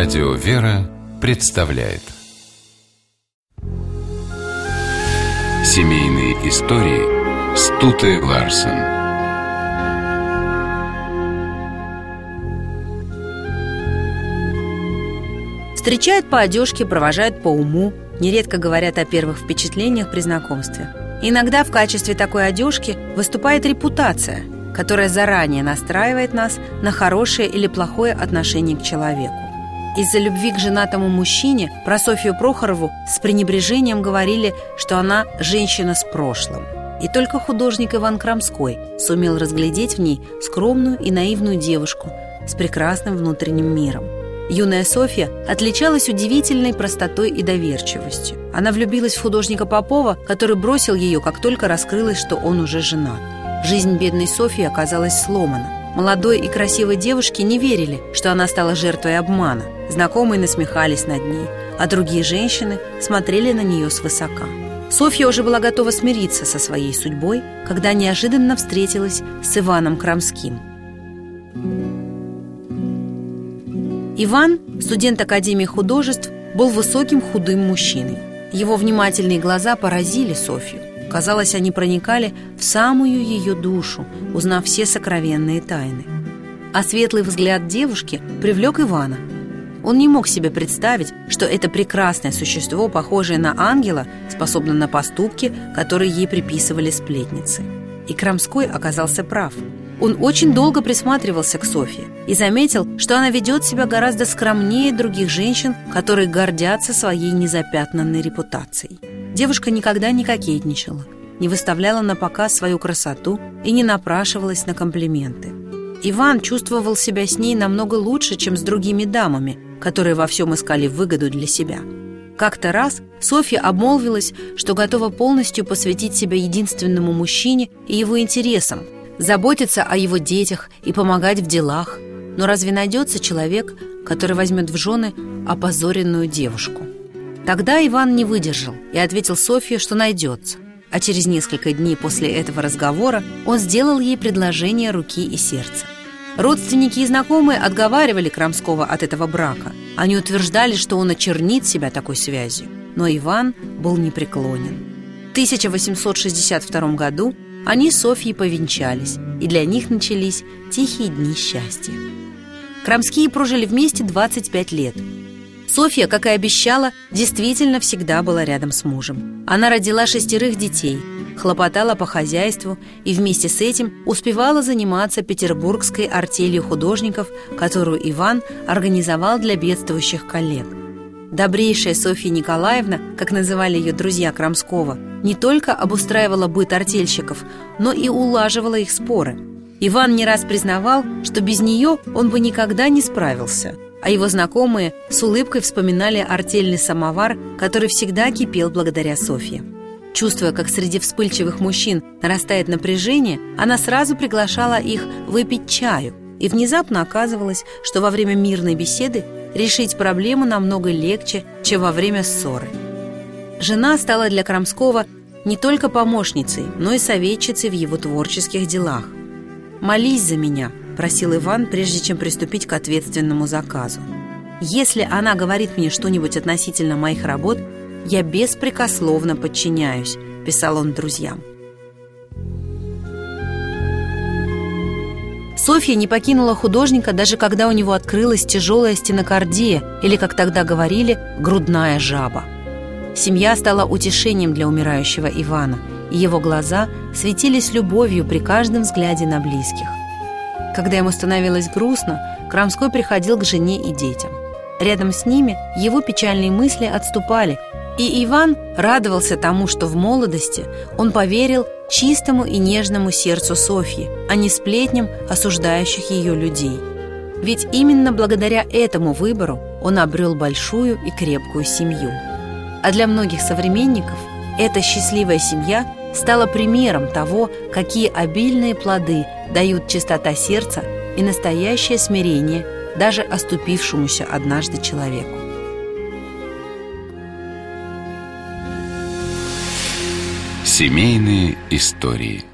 Радио «Вера» представляет Семейные истории Стуте Ларсен. Встречают по одежке, провожают по уму. Нередко говорят о первых впечатлениях при знакомстве. Иногда в качестве такой одежки выступает репутация, которая заранее настраивает нас на хорошее или плохое отношение к человеку. Из-за любви к женатому мужчине про Софью Прохорову с пренебрежением говорили, что она женщина с прошлым. И только художник Иван Крамской сумел разглядеть в ней скромную и наивную девушку с прекрасным внутренним миром. Юная Софья отличалась удивительной простотой и доверчивостью. Она влюбилась в художника Попова, который бросил ее, как только раскрылось, что он уже женат. Жизнь бедной Софьи оказалась сломана. Молодой и красивой девушке не верили, что она стала жертвой обмана. Знакомые насмехались над ней, а другие женщины смотрели на нее свысока. Софья уже была готова смириться со своей судьбой, когда неожиданно встретилась с Иваном Крамским. Иван, студент Академии художеств, был высоким худым мужчиной. Его внимательные глаза поразили Софью. Казалось, они проникали в самую ее душу, узнав все сокровенные тайны. А светлый взгляд девушки привлек Ивана. Он не мог себе представить, что это прекрасное существо, похожее на ангела, способно на поступки, которые ей приписывали сплетницы. И Крамской оказался прав. Он очень долго присматривался к Софье и заметил, что она ведет себя гораздо скромнее других женщин, которые гордятся своей незапятнанной репутацией. Девушка никогда не кокетничала, не выставляла на показ свою красоту и не напрашивалась на комплименты. Иван чувствовал себя с ней намного лучше, чем с другими дамами, которые во всем искали выгоду для себя. Как-то раз Софья обмолвилась, что готова полностью посвятить себя единственному мужчине и его интересам, заботиться о его детях и помогать в делах. Но разве найдется человек, который возьмет в жены опозоренную девушку? Тогда Иван не выдержал и ответил Софье, что найдется. А через несколько дней после этого разговора он сделал ей предложение руки и сердца. Родственники и знакомые отговаривали Крамского от этого брака. Они утверждали, что он очернит себя такой связью. Но Иван был непреклонен. В 1862 году они с Софьей повенчались, и для них начались тихие дни счастья. Крамские прожили вместе 25 лет. Софья, как и обещала, действительно всегда была рядом с мужем. Она родила 6 детей, хлопотала по хозяйству и вместе с этим успевала заниматься петербургской артелью художников, которую Иван организовал для бедствующих коллег. Добрейшая Софья Николаевна, как называли ее друзья Крамского, не только обустраивала быт артельщиков, но и улаживала их споры. Иван не раз признавал, что без нее он бы никогда не справился, а его знакомые с улыбкой вспоминали артельный самовар, который всегда кипел благодаря Софье. Чувствуя, как среди вспыльчивых мужчин нарастает напряжение, она сразу приглашала их выпить чаю, и внезапно оказывалось, что во время мирной беседы решить проблему намного легче, чем во время ссоры. Жена стала для Крамского не только помощницей, но и советчицей в его творческих делах. «Молись за меня», – просил Иван, прежде чем приступить к ответственному заказу. «Если она говорит мне что-нибудь относительно моих работ, я беспрекословно подчиняюсь», – писал он друзьям. Софья не покинула художника, даже когда у него открылась тяжелая стенокардия, или, как тогда говорили, грудная жаба. Семья стала утешением для умирающего Ивана, и его глаза светились любовью при каждом взгляде на близких. Когда ему становилось грустно, Крамской приходил к жене и детям. Рядом с ними его печальные мысли отступали, и Иван радовался тому, что в молодости он поверил чистому и нежному сердцу Софьи, а не сплетням осуждающих ее людей. Ведь именно благодаря этому выбору он обрел большую и крепкую семью. А для многих современников эта счастливая семья стала примером того, какие обильные плоды дают чистота сердца и настоящее смирение даже оступившемуся однажды человеку. Семейные истории.